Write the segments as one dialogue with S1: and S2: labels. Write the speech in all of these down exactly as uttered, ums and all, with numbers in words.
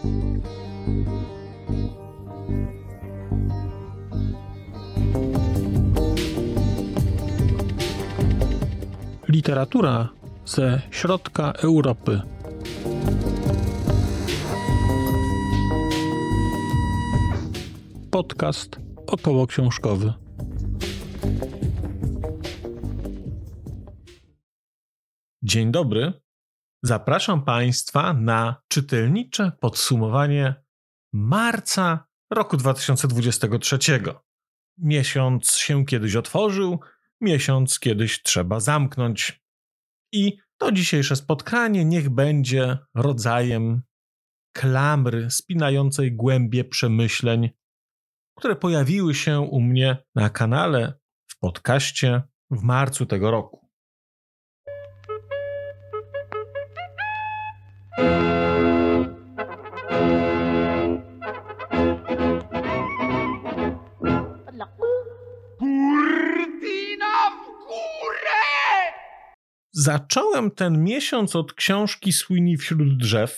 S1: Literatura ze środka Europy. Podcast okołoksiążkowy. Dzień dobry. Zapraszam Państwa na czytelnicze podsumowanie marca roku dwa tysiące dwudziestego trzeciego. Miesiąc się kiedyś otworzył, miesiąc kiedyś trzeba zamknąć. I to dzisiejsze spotkanie niech będzie rodzajem klamry spinającej głębie przemyśleń, które pojawiły się u mnie na kanale, w podcaście w marcu tego roku. Zacząłem ten miesiąc od książki Sweeney wśród drzew.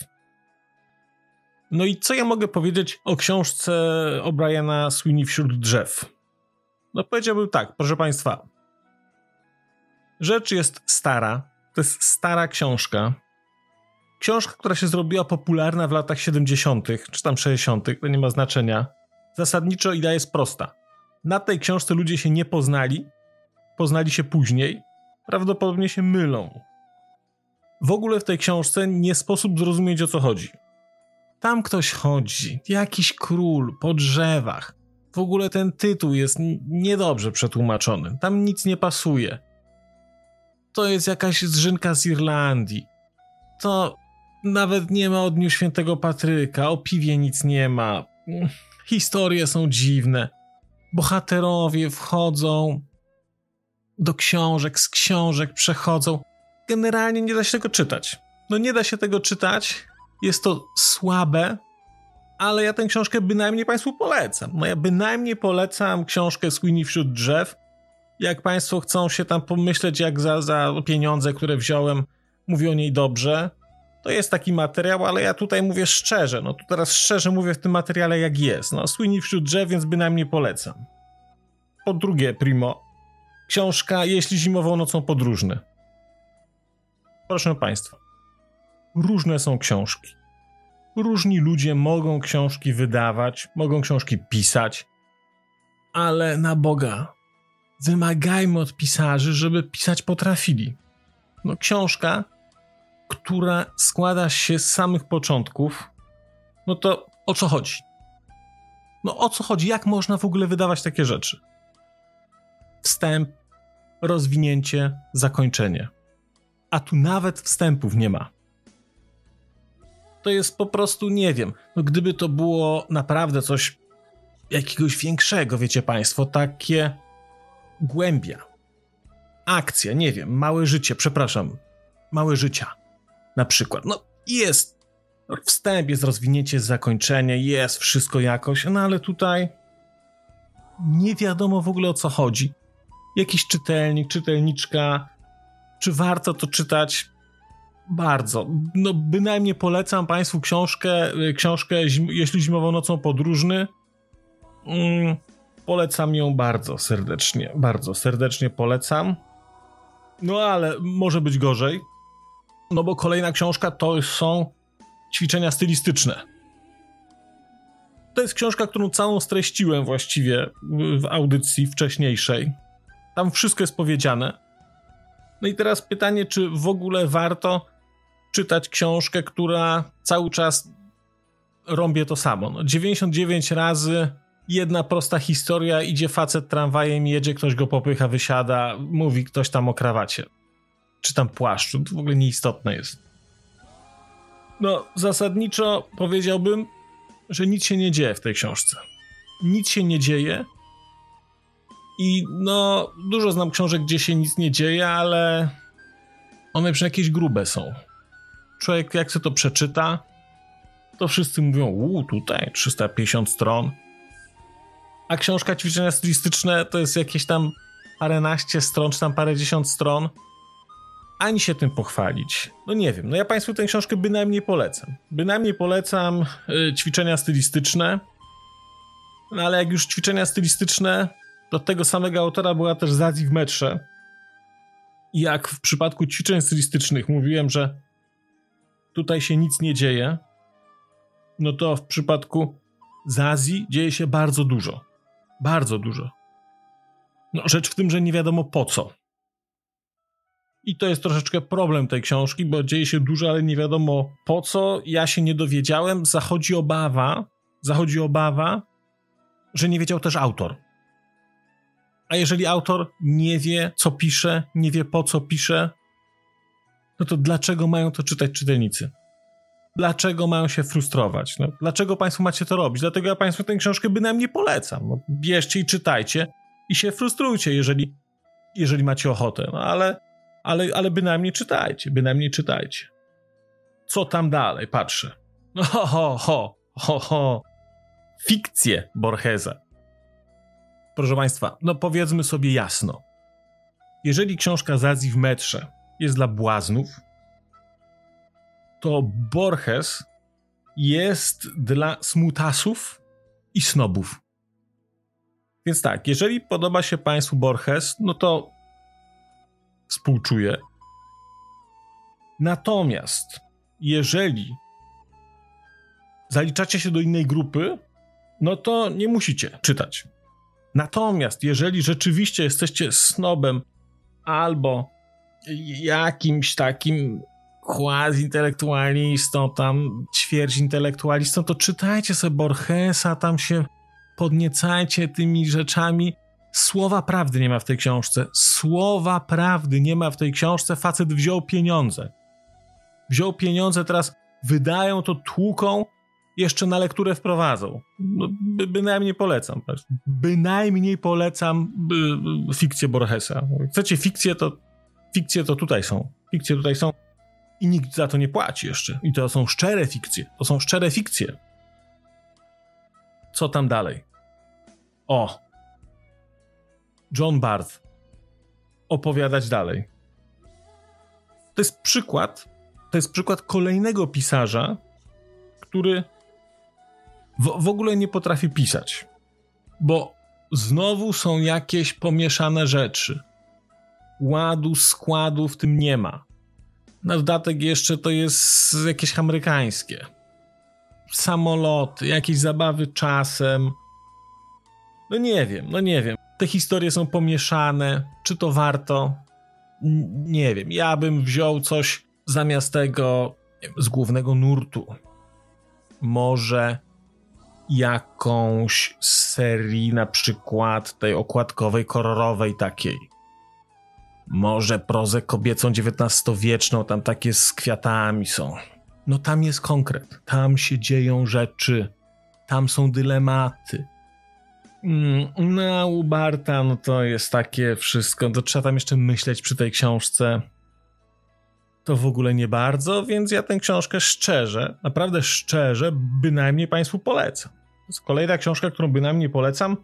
S1: No i co ja mogę powiedzieć o książce O'Briana Sweeney wśród drzew? No powiedziałbym tak, proszę Państwa. Rzecz jest stara. To jest stara książka. Książka, która się zrobiła popularna w latach siedemdziesiątych, czy tam sześćdziesiątych, to nie ma znaczenia. Zasadniczo idea jest prosta. Na tej książce ludzie się nie poznali, poznali się później, prawdopodobnie się mylą. W ogóle w tej książce nie sposób zrozumieć, o co chodzi. Tam ktoś chodzi, jakiś król po drzewach. W ogóle ten tytuł jest niedobrze przetłumaczony. Tam nic nie pasuje. To jest jakaś zżynka z Irlandii. To nawet nie ma o Dniu Świętego Patryka, o piwie nic nie ma. Historie są dziwne. Bohaterowie wchodzą do książek, z książek przechodzą. Generalnie nie da się tego czytać. No nie da się tego czytać. Jest to słabe, ale ja tę książkę bynajmniej Państwu polecam. No ja bynajmniej polecam książkę Sweeney wśród drzew. Jak Państwo chcą się tam pomyśleć, jak za, za pieniądze, które wziąłem, mówię o niej dobrze, to jest taki materiał, ale ja tutaj mówię szczerze. No tu teraz szczerze mówię w tym materiale, jak jest. No Sweeney wśród drzew, więc bynajmniej polecam. Po drugie, primo, książka Jeśli zimową nocą podróżny. Proszę Państwa, różne są książki. Różni ludzie mogą książki wydawać, mogą książki pisać, ale na Boga, wymagajmy od pisarzy, żeby pisać potrafili. No książka, która składa się z samych początków, no to o co chodzi? No o co chodzi? Jak można w ogóle wydawać takie rzeczy? Wstęp, rozwinięcie, zakończenie. A tu nawet wstępów nie ma. To jest po prostu, nie wiem, no gdyby to było naprawdę coś jakiegoś większego, wiecie Państwo, takie głębia, akcja, nie wiem, małe życie, przepraszam, małe życia na przykład. No jest wstęp, jest rozwinięcie, zakończenie, jest wszystko jakoś, no ale tutaj nie wiadomo w ogóle o co chodzi. Jakiś czytelnik, czytelniczka, czy warto to czytać? Bardzo. No bynajmniej polecam Państwu książkę, książkę zim, Jeśli zimową nocą podróżny. Mm, polecam ją bardzo serdecznie, bardzo serdecznie polecam. No ale może być gorzej, no bo kolejna książka to są ćwiczenia stylistyczne. To jest książka, którą całą streściłem właściwie w audycji wcześniejszej. Tam wszystko jest powiedziane. No i teraz pytanie, czy w ogóle warto czytać książkę, która cały czas rąbie to samo. No, dziewięćdziesiąt dziewięć razy jedna prosta historia, idzie facet tramwajem, jedzie, ktoś go popycha, wysiada, mówi ktoś tam o krawacie. Czy tam płaszczu, to w ogóle nieistotne jest. No, zasadniczo powiedziałbym, że nic się nie dzieje w tej książce. Nic się nie dzieje. I no, dużo znam książek, gdzie się nic nie dzieje, ale one przecież jakieś grube są. Człowiek jak sobie to przeczyta, to wszyscy mówią, uuu, tutaj trzysta pięćdziesiąt stron. A książka Ćwiczenia stylistyczne to jest jakieś tam paręnaście stron, czy tam parędziesiąt stron. ani się tym pochwalić. No nie wiem, no ja Państwu tę książkę bynajmniej polecam. Bynajmniej polecam y, ćwiczenia stylistyczne, no ale jak już ćwiczenia stylistyczne, to tego samego autora była też Zazie w metrze. I jak w przypadku ćwiczeń stylistycznych mówiłem, że tutaj się nic nie dzieje, no to w przypadku Zazie dzieje się bardzo dużo. Bardzo dużo. No rzecz w tym, że nie wiadomo po co. I to jest troszeczkę problem tej książki, bo dzieje się dużo, ale nie wiadomo po co. Ja się nie dowiedziałem. Zachodzi obawa, zachodzi obawa, że nie wiedział też autor. A jeżeli autor nie wie, co pisze, nie wie po co pisze, no to dlaczego mają to czytać czytelnicy? Dlaczego mają się frustrować? No, dlaczego Państwo macie to robić? Dlatego ja Państwu tę książkę bynajmniej polecam. No, bierzcie i czytajcie i się frustrujcie, jeżeli, jeżeli macie ochotę. No, ale, ale, ale bynajmniej czytajcie, bynajmniej czytajcie. Co tam dalej? Patrzę. No ho, ho, ho, ho, ho. Fikcje Borgesa. Proszę Państwa, no powiedzmy sobie jasno. Jeżeli książka Zazie w metrze jest dla błaznów, to Borges jest dla smutasów i snobów. Więc tak, jeżeli podoba się Państwu Borges, no to współczuję. Natomiast jeżeli zaliczacie się do innej grupy, no to nie musicie czytać. Natomiast jeżeli rzeczywiście jesteście snobem albo jakimś takim quasi-intelektualistą, tam ćwierć intelektualistą, to czytajcie sobie Borgesa, tam się podniecajcie tymi rzeczami. Słowa prawdy nie ma w tej książce. Słowa prawdy nie ma w tej książce. Facet wziął pieniądze. Wziął pieniądze, teraz wydają to, tłuką, jeszcze na lekturę wprowadzą. No, by, bynajmniej polecam. Bynajmniej polecam by, by, fikcję Borgesa. Chcecie fikcję, to fikcje to tutaj są. Fikcje tutaj są. I nikt za to nie płaci jeszcze. I to są szczere fikcje. To są szczere fikcje. Co tam dalej? O! John Barth. Opowiadać dalej. To jest przykład, to jest przykład kolejnego pisarza, który w, w ogóle nie potrafi pisać. Bo znowu są jakieś pomieszane rzeczy. Ładu, składu w tym nie ma. Na dodatek jeszcze to jest jakieś amerykańskie. Samoloty, jakieś zabawy czasem. No nie wiem, no nie wiem. Te historie są pomieszane. Czy to warto? N- nie wiem. Ja bym wziął coś zamiast tego nie wiem, z głównego nurtu. Może jakąś z serii na przykład tej okładkowej, kolorowej takiej. Może prozę kobiecą dziewiętnastowieczną, tam takie z kwiatami są. No tam jest konkret, tam się dzieją rzeczy, tam są dylematy. Mm, no u Bartha no to jest takie wszystko, to trzeba tam jeszcze myśleć przy tej książce. To w ogóle nie bardzo, więc ja tę książkę szczerze, naprawdę szczerze, bynajmniej Państwu polecam. To jest kolejna książka, którą bynajmniej polecam.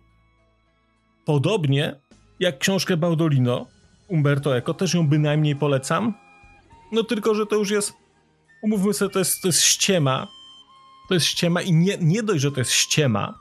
S1: Podobnie jak książkę Baudolino, Umberto Eco, też ją bynajmniej polecam. No tylko, że to już jest, umówmy sobie, to jest, to jest ściema. To jest ściema i nie, nie dość, że to jest ściema,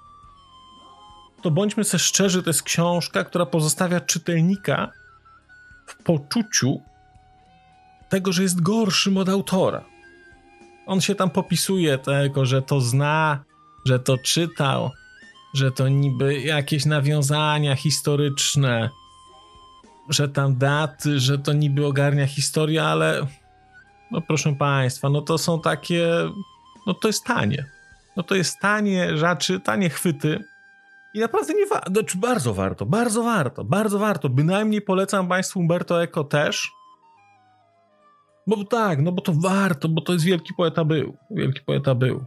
S1: to bądźmy sobie szczerzy, to jest książka, która pozostawia czytelnika w poczuciu tego, że jest gorszym od autora. On się tam popisuje tego, że to zna, że to czytał, że to niby jakieś nawiązania historyczne, że tam daty, że to niby ogarnia historię, ale no proszę Państwa, no to są takie, no to jest tanie. No to jest tanie rzeczy, tanie chwyty i naprawdę nie warto, znaczy bardzo warto, bardzo warto, bardzo warto. Bynajmniej polecam Państwu Umberto Eco też, bo tak, no bo to warto, bo to jest wielki poeta był, wielki poeta był.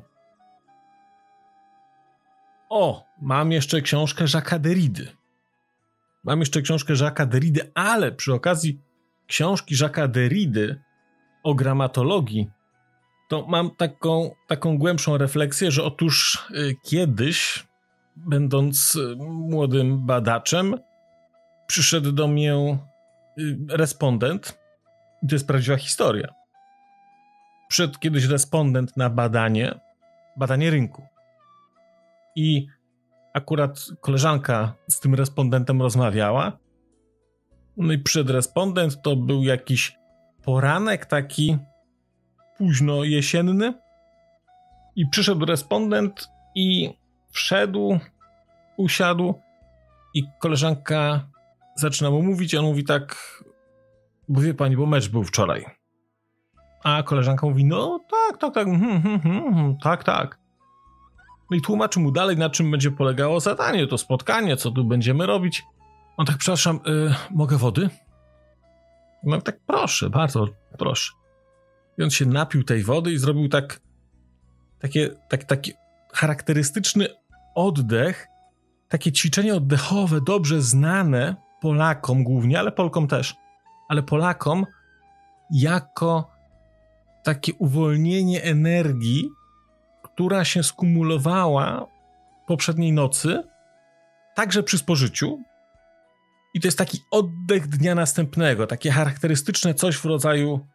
S1: O, mam jeszcze książkę Jacques'a Derrida. Mam jeszcze książkę Jacques'a Derrida, ale przy okazji książki Jacques'a Derrida o gramatologii, to mam taką, taką głębszą refleksję, że otóż y, kiedyś, będąc y, młodym badaczem, przyszedł do mnie y, respondent I to jest prawdziwa historia. Przyszedł kiedyś respondent na badanie, badanie rynku. I akurat koleżanka z tym respondentem rozmawiała. No i przyszedł respondent, to był jakiś poranek taki późno jesienny. I przyszedł respondent i wszedł, usiadł i koleżanka zaczyna mu mówić, a on mówi tak, bo wie pani, bo mecz był wczoraj. A koleżanka mówi, no tak, tak, tak, hmm, hmm, hmm, tak, tak. No i tłumaczy mu dalej, na czym będzie polegało zadanie, to spotkanie, co tu będziemy robić. On tak, przepraszam, y, mogę wody? No tak, proszę, bardzo proszę. I on się napił tej wody i zrobił tak, takie, tak, taki charakterystyczny oddech, takie ćwiczenie oddechowe, dobrze znane Polakom głównie, ale Polkom też, ale Polakom jako takie uwolnienie energii, która się skumulowała poprzedniej nocy, także przy spożyciu. I to jest taki oddech dnia następnego, takie charakterystyczne coś w rodzaju...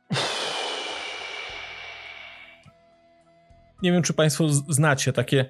S1: Nie wiem, czy państwo znacie takie...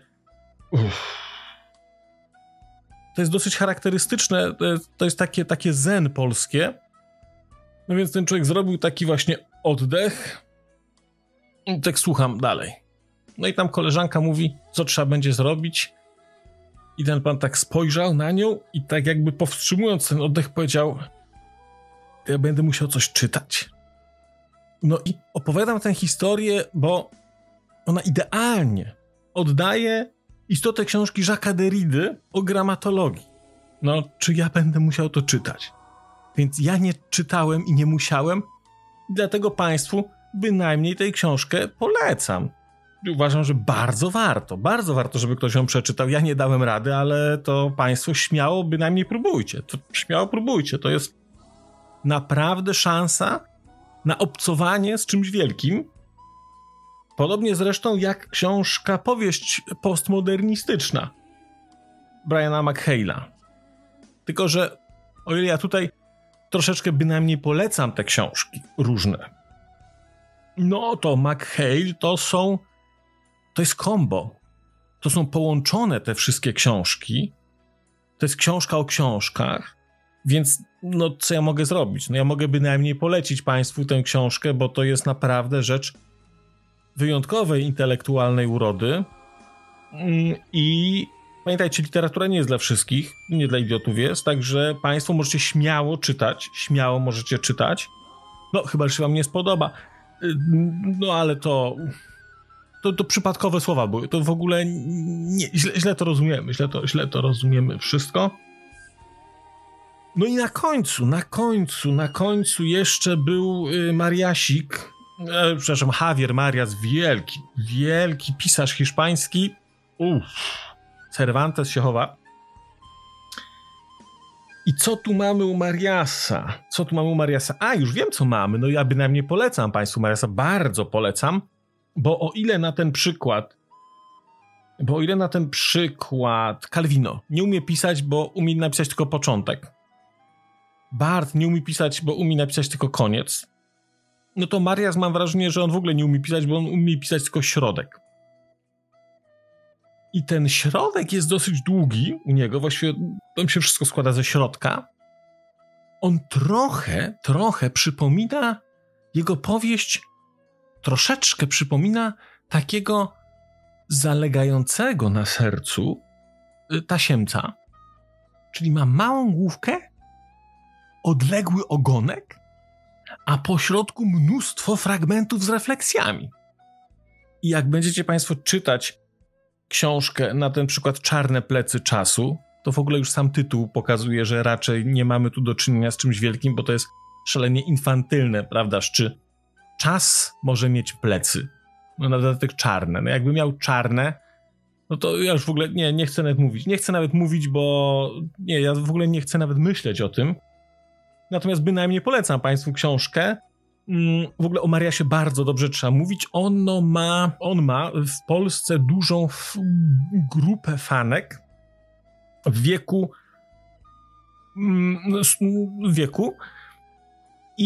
S1: To jest dosyć charakterystyczne, to jest takie, takie zen polskie. No więc ten człowiek zrobił taki właśnie oddech i tak słucham dalej. No i tam koleżanka mówi, co trzeba będzie zrobić. I ten pan tak spojrzał na nią i tak jakby powstrzymując ten oddech powiedział, ja będę musiał coś czytać. No i opowiadam tę historię, bo ona idealnie oddaje istotę książki Jacques'a Derrida o gramatologii. No, czy ja będę musiał to czytać? Więc ja nie czytałem i nie musiałem, dlatego państwu bynajmniej tę książkę polecam. Uważam, że bardzo warto, bardzo warto, żeby ktoś ją przeczytał. Ja nie dałem rady, ale to państwo śmiało bynajmniej próbujcie. To śmiało próbujcie. To jest naprawdę szansa na obcowanie z czymś wielkim. Podobnie zresztą jak książka, powieść postmodernistyczna Briana McHale'a. Tylko że o ile ja tutaj troszeczkę bynajmniej polecam te książki różne, no to McHale to są to jest kombo. To są połączone te wszystkie książki. To jest książka o książkach, więc no co ja mogę zrobić? No ja mogę bynajmniej polecić państwu tę książkę, bo to jest naprawdę rzecz wyjątkowej intelektualnej urody i pamiętajcie, literatura nie jest dla wszystkich, nie dla idiotów jest, także państwo możecie śmiało czytać, śmiało możecie czytać, no chyba, że się wam nie spodoba, no ale to to, to przypadkowe słowa były, to w ogóle nie, źle, źle to rozumiemy, źle to, źle to rozumiemy wszystko. No i na końcu, na końcu, na końcu jeszcze był y, Mariasik, e, przepraszam, Javier Marias, wielki, wielki pisarz hiszpański, uff, Cervantes się chowa. I co tu mamy u Mariasa? Co tu mamy u Mariasa? A, już wiem, co mamy, no ja bynajmniej polecam państwu Mariasa, bardzo polecam, bo o ile na ten przykład, bo o ile na ten przykład Calvino nie umie pisać, bo umie napisać tylko początek, Barth nie umie pisać, bo umie napisać tylko koniec, no to Marias mam wrażenie, że on w ogóle nie umie pisać, bo on umie pisać tylko środek. I ten środek jest dosyć długi u niego, właściwie tam się wszystko składa ze środka. On trochę, trochę przypomina, jego powieść troszeczkę przypomina takiego zalegającego na sercu tasiemca, czyli ma małą główkę, odległy ogonek, a po środku mnóstwo fragmentów z refleksjami. I jak będziecie państwo czytać książkę, na ten przykład Czarne plecy czasu, to w ogóle już sam tytuł pokazuje, że raczej nie mamy tu do czynienia z czymś wielkim, bo to jest szalenie infantylne, prawdaż? Czy czas może mieć plecy? No na dodatek czarne. No jakby miał czarne, no to ja już w ogóle nie, nie chcę nawet mówić. Nie chcę nawet mówić, bo nie, ja w ogóle nie chcę nawet myśleć o tym. Natomiast bynajmniej polecam państwu książkę. W ogóle o Mariasie bardzo dobrze trzeba mówić. Ono ma, on ma w Polsce dużą f- grupę fanek w wieku w wieku i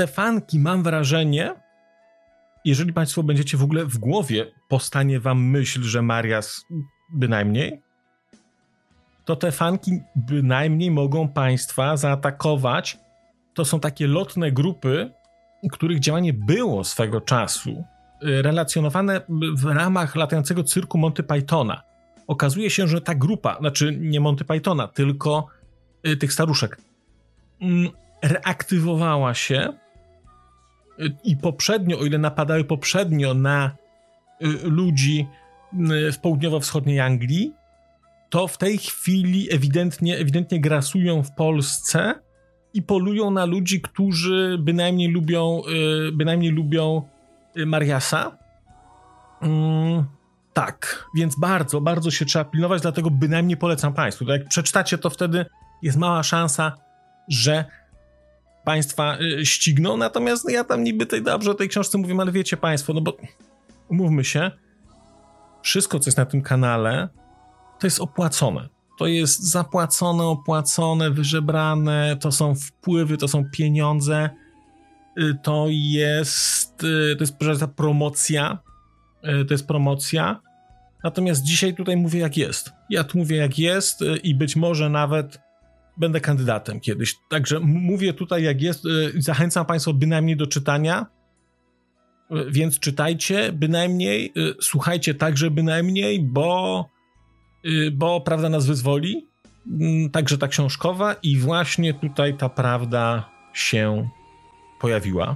S1: te fanki, mam wrażenie, jeżeli Państwo będziecie w ogóle w głowie, powstanie Wam myśl, że Marias bynajmniej, to te fanki bynajmniej mogą Państwa zaatakować. To są takie lotne grupy, których działanie było swego czasu relacjonowane w ramach latającego cyrku Monty Pythona. Okazuje się, że ta grupa, znaczy nie Monty Pythona, tylko y, tych staruszek, y, reaktywowała się y, i poprzednio, o ile napadały poprzednio na y, ludzi y, w południowo-wschodniej Anglii, to w tej chwili ewidentnie, ewidentnie grasują w Polsce i polują na ludzi, którzy bynajmniej lubią, y, bynajmniej lubią y, Mariasa. Mm. Tak, więc bardzo, bardzo się trzeba pilnować, dlatego bynajmniej polecam Państwu. To jak przeczytacie, to wtedy jest mała szansa, że Państwa y, ścigną, natomiast ja tam niby tej dobrze o tej książce mówię, ale wiecie Państwo, no bo umówmy się, wszystko, co jest na tym kanale, to jest opłacone. To jest zapłacone, opłacone, wyżebrane, to są wpływy, to są pieniądze, y, to jest, y, to jest proszę, promocja, to jest promocja, natomiast dzisiaj tutaj mówię jak jest. Ja tu mówię jak jest i być może nawet będę kandydatem kiedyś. Także mówię tutaj jak jest, zachęcam Państwa bynajmniej do czytania, więc czytajcie bynajmniej, słuchajcie także bynajmniej, bo, bo prawda nas wyzwoli, także ta książkowa i właśnie tutaj ta prawda się pojawiła.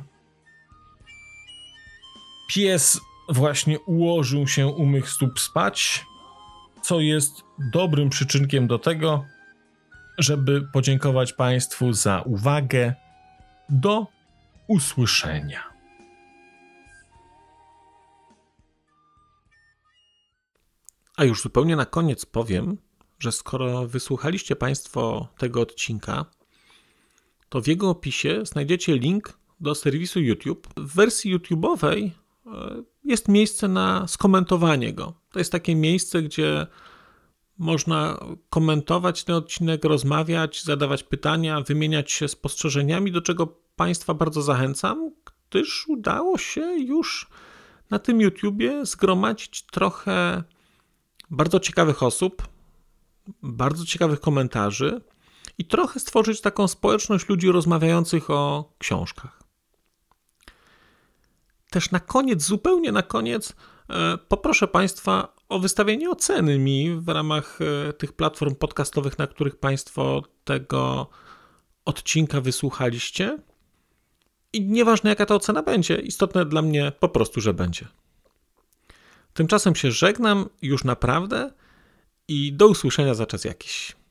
S1: Pies właśnie ułożył się u mych stóp spać, co jest dobrym przyczynkiem do tego, żeby podziękować Państwu za uwagę. Do usłyszenia. A już zupełnie na koniec powiem, że skoro wysłuchaliście Państwo tego odcinka, to w jego opisie znajdziecie link do serwisu YouTube. W wersji YouTube'owej jest miejsce na skomentowanie go. To jest takie miejsce, gdzie można komentować ten odcinek, rozmawiać, zadawać pytania, wymieniać się spostrzeżeniami, do czego Państwa bardzo zachęcam, gdyż udało się już na tym YouTubie zgromadzić trochę bardzo ciekawych osób, bardzo ciekawych komentarzy i trochę stworzyć taką społeczność ludzi rozmawiających o książkach. Też na koniec, zupełnie na koniec, poproszę Państwa o wystawienie oceny mi w ramach tych platform podcastowych, na których Państwo tego odcinka wysłuchaliście. I nieważne jaka ta ocena będzie, istotne dla mnie po prostu, że będzie. Tymczasem się żegnam już naprawdę i do usłyszenia za czas jakiś.